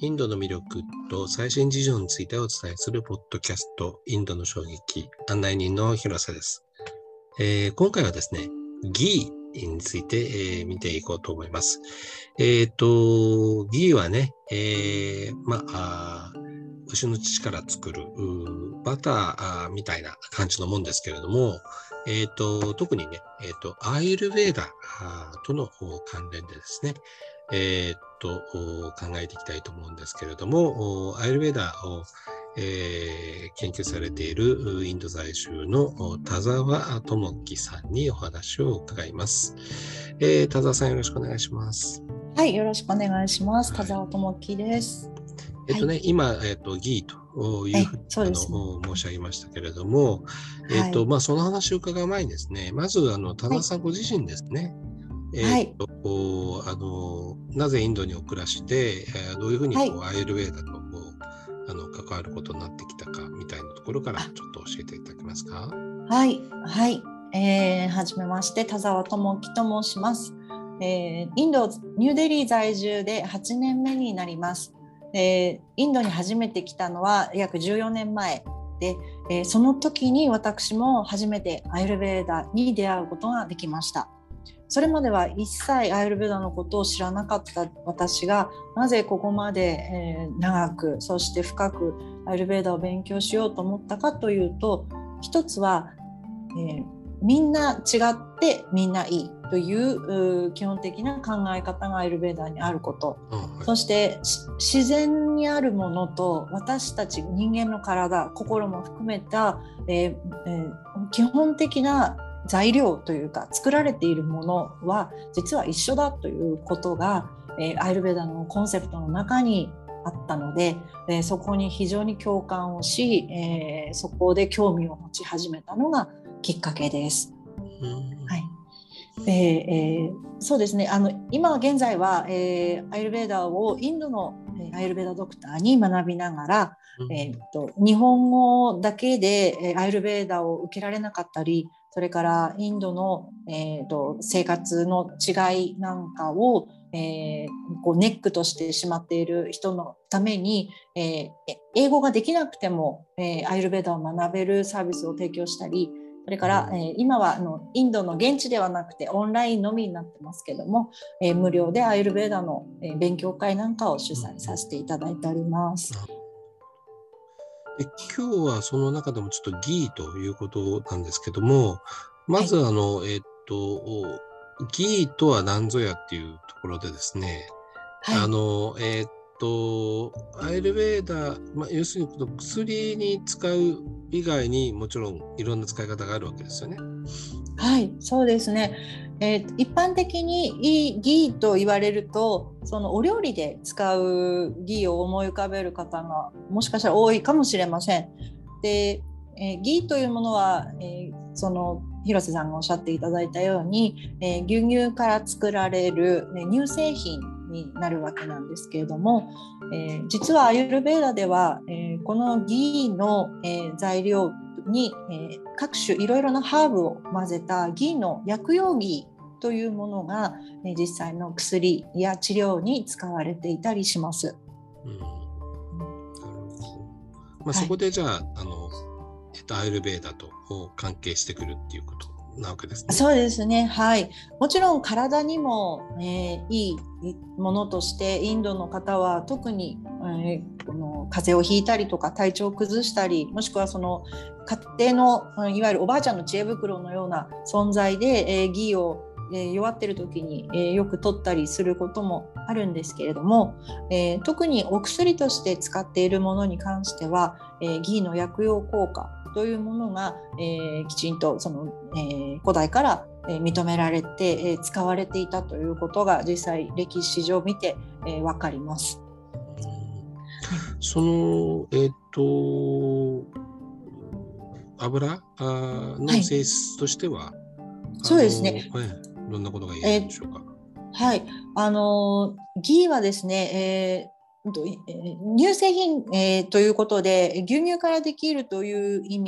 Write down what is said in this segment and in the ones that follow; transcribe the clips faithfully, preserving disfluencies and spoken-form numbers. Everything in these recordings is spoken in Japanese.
インドの魅力と最新事情についてお伝えするポッドキャスト、インドの衝撃、案内人の広瀬です。えー、今回はですね、ギーについて、えー、見ていこうと思います。えっと、ギーはね、えー、まあ、牛の乳から作るバターみたいな感じのもんですけれども、えっと、特にね、えっと、アーユルヴェーダとの関連でですね、えっと、考えていきたいと思うんですけれども、アーユルヴェーダをえー、研究されているインド在住の田沢智樹さんにお話を伺います。えー、田沢さんよろしくお願いします。 はい、よろしくお願いします。 はい、 田沢智樹です。 えっとね、 はい、 今、えっと、ギーというふうに、あの、申し上げましたけれども、えっと、まあ、その話を伺う前にですね、まず、あの、田沢さんご自身ですね、はい、えっと、あの、なぜインドにお暮らして、どういうふうにこう、はい、アーユルヴェーダとあの関わることになってきたかみたいなところからちょっと教えていただけますか。 はい、はい、えー、はじめまして田沢智樹と申します、えー。インドニューデリー在住ではちねんめになります。えー、インドに初めて来たのは約じゅうよねんまえで、えー、その時に私も初めてアーユルヴェーダに出会うことができました。それまでは一切アーユルヴェーダのことを知らなかった私がなぜここまで、えー、長くそして深くアーユルヴェーダを勉強しようと思ったかというと、一つは、えー、みんな違ってみんないいという基本的な考え方がアーユルヴェーダにあること、うんはい、そして自然にあるものと私たち人間の体心も含めた、えーえー、基本的な材料というか作られているものは実は一緒だということが、えー、アーユルヴェーダのコンセプトの中にあったので、えー、そこに非常に共感をし、えー、そこで興味を持ち始めたのがきっかけです。はいえーえー、そうですねあの今現在は、えー、アーユルヴェーダをインドのアーユルヴェーダドクターに学びながら、えー、と日本語だけでアーユルヴェーダを受けられなかったり、それからインドの、えー、と生活の違いなんかを、えー、こうネックとしてしまっている人のために、えー、英語ができなくても、えー、アーユルヴェーダを学べるサービスを提供したり、それから、えー、今はあのインドの現地ではなくてオンラインのみになってますけども、えー、無料でアーユルヴェーダの、えー、勉強会なんかを主催させていただいております。 え今日はその中でもちょっとギーということなんですけども、まずあの、はい、えっと、ギーとは何ぞやっていうところでですね、はい、あの、えっと、アーユルヴェーダ、まあ、要するに薬に使う以外にもちろんいろんな使い方があるわけですよね。 はい、そうですね。えー、一般的にギーと言われると、そのお料理で使うギーを思い浮かべる方がもしかしたら多いかもしれません。で、えー、ギーというものは、えー、その広瀬さんがおっしゃっていただいたように、えー、牛乳から作られる、ね、乳製品になるわけなんですけれども、えー、実はアーユルヴェーダでは、えー、このギーの、えー、材料に、えー、各種いろいろなハーブを混ぜたギーの薬用ギーというものが、えー、実際の薬や治療に使われていたりします。うん、なるほど。まあ、そこでじゃあ、はい、あの、えっと、アーユルヴェーダと関係してくるっていうことなわけですね。 そうですね、はい、もちろん体にも、えー、いいものとしてインドの方は特に、えー、この風邪をひいたりとか体調を崩したり、もしくはその家庭のいわゆるおばあちゃんの知恵袋のような存在で、えー、ギーを、えー、弱っている時に、えー、よく取ったりすることもあるんですけれども、えー、特にお薬として使っているものに関しては、えー、ギーの薬用効果というものが、えー、きちんとその、えー、古代から、えー、認められて、えー、使われていたということが実際歴史上見て、えー、分かります。 その、えっと、油の性質としては、はい、 そうですね。 はい、どんなことが言えるんでしょうか。 えー、はい、あのギーはですね、えー乳製品、えー、ということで牛乳からできるという意味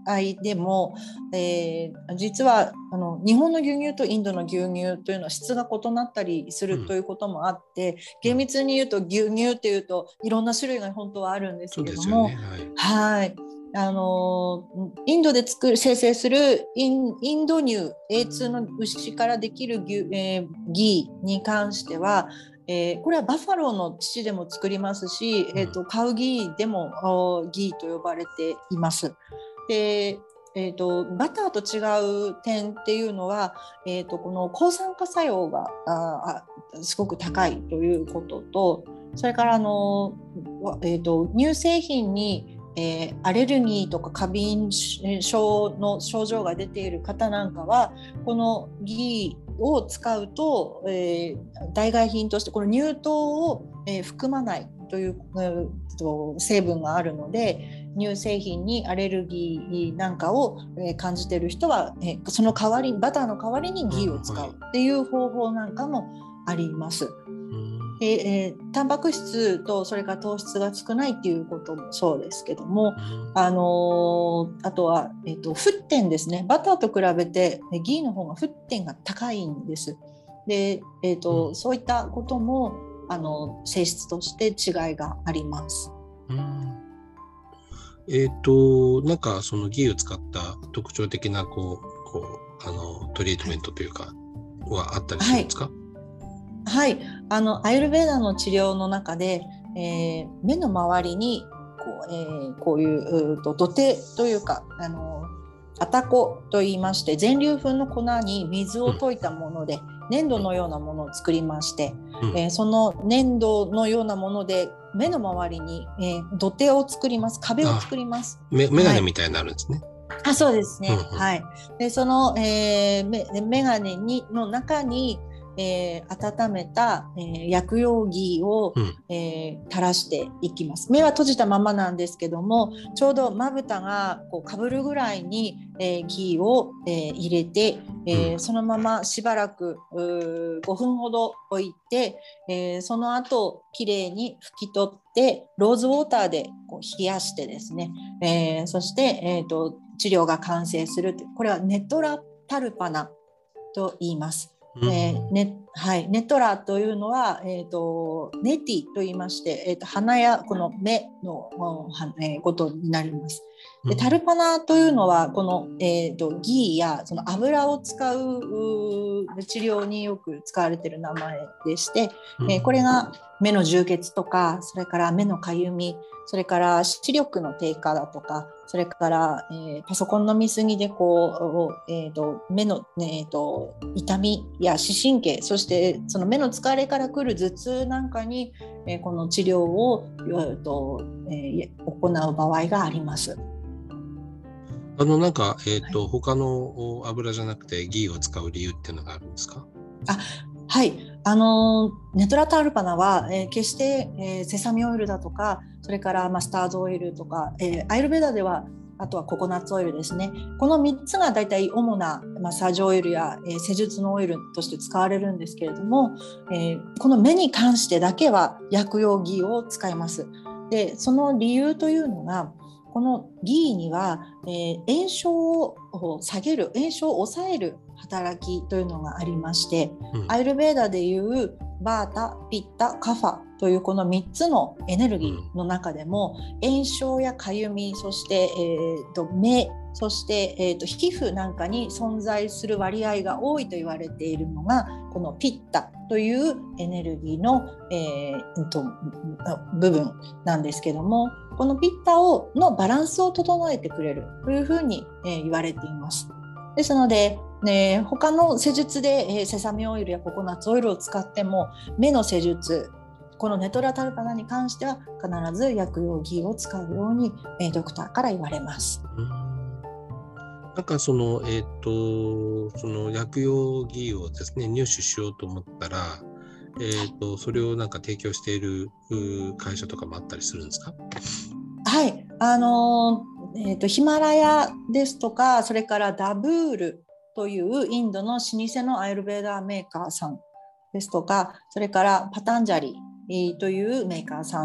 合でも、えー、実はあの日本の牛乳とインドの牛乳というのは質が異なったりするということもあって、うん、厳密に言うと牛乳っていうといろんな種類が本当はあるんですけれども、ね、はい、はいあのインドで作る生成するイン、インド乳 エーツー の牛からできる牛、えー、ギーに関しては、えー、これはバファローの乳でも作りますし、えーと、カウギーでもギーと呼ばれています。でえーと、バターと違う点っていうのは、えーと、この抗酸化作用があすごく高いということと、それからあの、えーと、乳製品にえー、アレルギーとか過敏症の症状が出ている方なんかはこのギーを使うと、えー、代替品としてこの乳糖を、えー、含まないという、えー、成分があるので、乳製品にアレルギーなんかを、えー、感じている人は、えー、その代わりバターの代わりにギーを使うっていう方法なんかもあります。でえー、タンパク質とそれから糖質が少ないっていうこともそうですけども、あのー、あとは、えーと、沸点ですね。バターと比べてギーの方が沸点が高いんです。で、えーとうん、そういったこともあの性質として違いがあります。 うんえーと、なんかそのギーを使った特徴的なこう、こうあのトリートメントというかはあったりするんですか？ はい、はい、あのアイルベーダの治療の中で、えー、目の周りにこう、えー、こういうと土手というかあのアタコと言いまして全粒粉の粉に水を溶いたもので、うん、粘土のようなものを作りまして、うんえー、その粘土のようなもので目の周りに、えー、土手を作ります。壁を作ります。 メガネみたいになるんですね。 はい、あそうですね、うんうんはい、でその、えー、メ, メガネにの中にえー、温めた、えー、薬用ギーを、うんえー、垂らしていきます。目は閉じたままなんですけども、ちょうどまぶたがこうかぶるぐらいに、えー、ギーを、えー、入れて、えーうん、そのまましばらくごふんほど置いて、えー、その後きれいに拭き取ってローズウォーターでこう冷やしてですね、えー、そして、えーと、治療が完成する。これはネトラタルパナと言います。うんえーねはい、ネトラというのは、えーと、ネティと言いまして、えーと、鼻やこの目の、えー、ことになります。でタルパナというのはこの、えーと、ギーやその油を使う治療によく使われている名前でして、うんえー、これが目の充血とか、それから目のかゆみ、それから視力の低下だとか、それから、えー、パソコンの見過ぎでこう、えー、と目の、えー、と痛みや視神経、そしてその目の疲れから来る頭痛なんかに、えー、この治療を、えーとえー、行う場合があります。 あのなんか、えーとはい、他の油じゃなくてギーを使う理由っていうのがあるんですか？ あはい、あのネトラタルパナは、えー、決して、えー、セサミオイルだとか、それからマスタードオイルとか、えー、アイルベーダではあとはココナッツオイルですね。このみっつがだいたい主なマッサージオイルや、えー、施術のオイルとして使われるんですけれども、えー、この目に関してだけは薬用ギーを使います。でその理由というのが、このギーには、えー、炎症を下げる、炎症を抑える働きというのがありまして、うん、アイルベーダでいうバータ、ピッタ、カファというこのみっつのエネルギーの中でも、うん、炎症やかゆみ、そして、えー、と目、そして、えー、と皮膚なんかに存在する割合が多いと言われているのがこのピッタというエネルギーの、えー、と部分なんですけども、このピッタをのバランスを整えてくれるというふうに、えー、言われています。ですので、ね、他の施術で、えー、セサミオイルやココナッツオイルを使っても目の施術、このネトラタルパナに関しては必ず薬用ギーを使うように、えー、ドクターから言われます。 うんなんかその、えっと、その薬用ギーをですね、入手しようと思ったら、えっと、それをなんか提供している会社とかもあったりするんですか？ はい、あの、えーと、ヒマラヤですとか、それからダブールというインドの老舗のアイルベーダーメーカーさんですとか、それからパタンジャリというメーカーさん、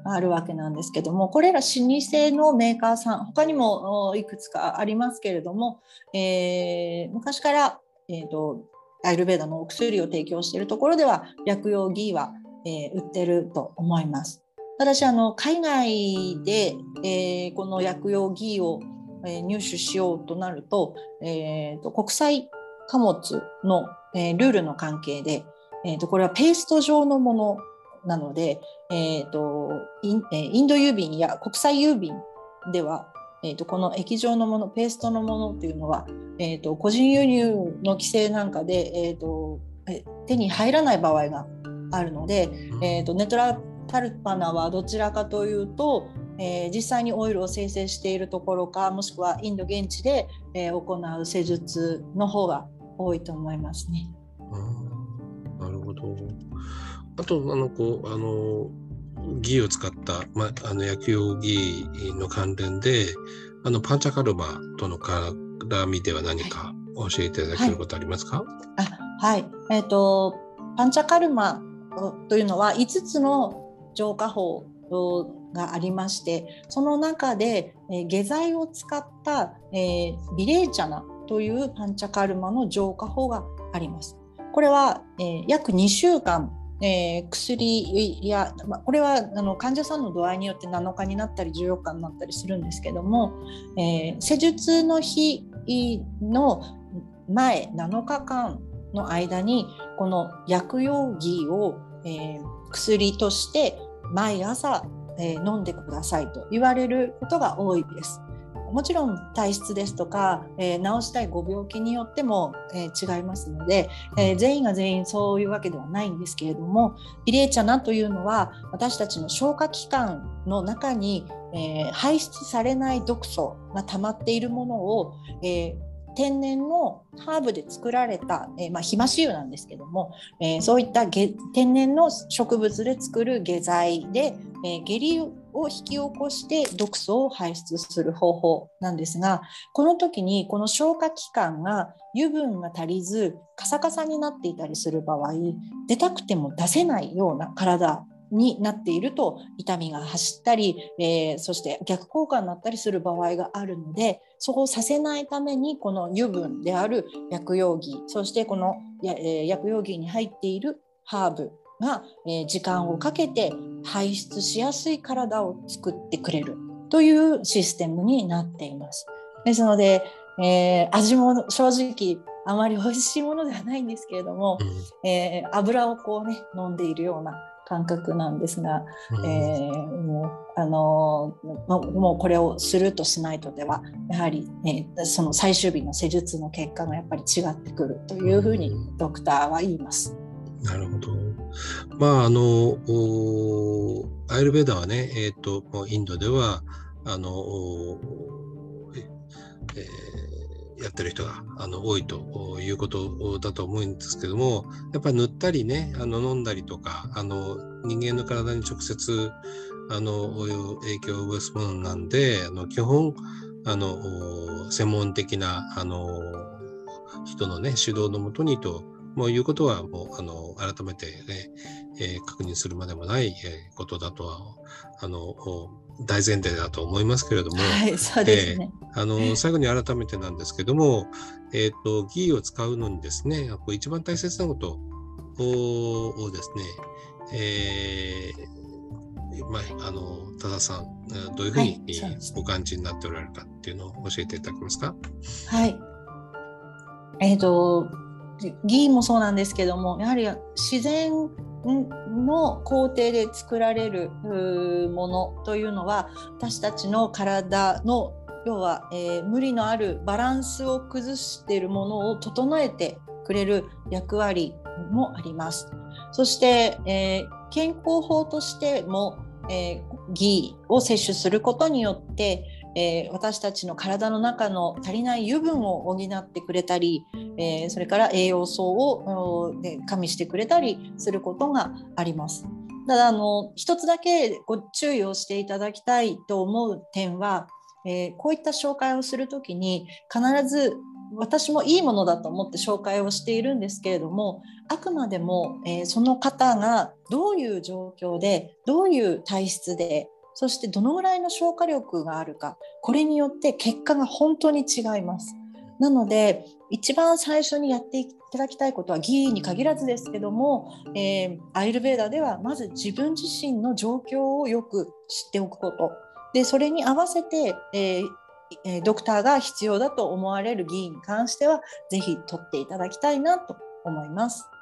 あるわけなんですけども、これら老舗のメーカーさん、他にもいくつかありますけれども、えー、昔から、えーと、アイルベーダのお薬を提供しているところでは薬用ギーは、えー、売ってると思います。ただしあの海外で、えー、この薬用ギーを、えー、入手しようとなると、えーと、国際貨物の、えー、ルールの関係で、えーと、これはペースト状のものなので、えーと、イン、インド郵便や国際郵便では、えーと、この液状のもの、ペーストのものっていうのは、えーと、個人輸入の規制なんかで、えーと、え手に入らない場合があるので、えーと、ネトラタルパナはどちらかというと、えー、実際にオイルを生成しているところか、もしくはインド現地で、えー、行う施術の方が多いと思いますね。 あ、なるほど。あとあのこうあのギーを使った、ま、あの薬用ギーの関連であのパンチャカルマとの絡みでは何か教えていただけることありますか？ はい、あはい、えーと、パンチャカルマというのはいつつの浄化法がありまして、その中で、えー、下剤を使った、えー、ビレーチャナというパンチャカルマの浄化法があります。これは、えー、約にしゅうかん、えー、薬や、まあ、これはあの患者さんの度合いによってなのかになったりじゅうよっかになったりするんですけども、えー、施術の日の前なのかかんの間にこの薬用ギーを、えー、薬として毎朝、えー、飲んでくださいと言われることが多いです。もちろん体質ですとか、えー、治したいご病気によっても、えー、違いますので、えー、全員が全員そういうわけではないんですけれども、ビレーチャナというのは私たちの消化器官の中に、えー、排出されない毒素が溜まっているものを、えー天然のハーブで作られた、えーまあ、ヒマシ油なんですけども、えー、そういった天然の植物で作る下剤で、えー、下痢を引き起こして毒素を排出する方法なんですが、この時にこの消化器官が油分が足りずカサカサになっていたりする場合、出たくても出せないような体になっていると痛みが走ったり、えー、そして逆効果になったりする場合があるので、そうさせないためにこの油分である薬用ギー、そしてこの薬用ギーに入っているハーブが、えー、時間をかけて排出しやすい体を作ってくれるというシステムになっています。ですので、えー、味も正直あまり美味しいものではないんですけれども、うんえー、油をこうね飲んでいるような感覚なんですが、うんえー、もうあのもうこれをするとしないとではやはり、ね、その最終日の施術の結果がやっぱり違ってくるというふうにドクターは言います。 なるほど。まああのアイルベーダはね、えーと、インドではあの、えー、やってる人があの多いということだと思うんですけども、やっぱり塗ったりね、あの飲んだりとか、あの人間の体に直接あの影響を及ぼすものなんで、あの基本あの専門的なあの人のね指導のもとにともういうことはもうあの改めてね、えー、確認するまでもない、えー、ことだとはあの大前提だと思いますけれども、 はい、そうですね。 えー、あの最後に改めてなんですけども、えーと、ギーを使うのにですね、一番大切なことをですね、えーまあ、あの多田さんどういうふうにご感じになっておられるかっていうのを教えていただけますか？ はい、えーとギーもそうなんですけども、やはり自然の工程で作られるものというのは私たちの体の要は、えー、無理のあるバランスを崩しているものを整えてくれる役割もあります。そして、えー、健康法としても、えー、ギーを摂取することによってえー、私たちの体の中の足りない油分を補ってくれたり、えー、それから栄養素を、ね、加味してくれたりすることがあります。ただあの一つだけご注意をしていただきたいと思う点は、えー、こういった紹介をするときに必ず私もいいものだと思って紹介をしているんですけれども、あくまでも、えーその方がどういう状況でどういう体質で、そしてどのぐらいの消化力があるか、これによって結果が本当に違います。なので一番最初にやっていただきたいことは、ギーに限らずですけども、えーアイルベーダではまず自分自身の状況をよく知っておくことで、それに合わせて、えーえードクターが必要だと思われるギーに関してはぜひ取っていただきたいなと思います。 わ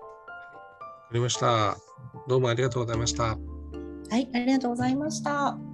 かりました。どうもありがとうございました。 はい、ありがとうございました。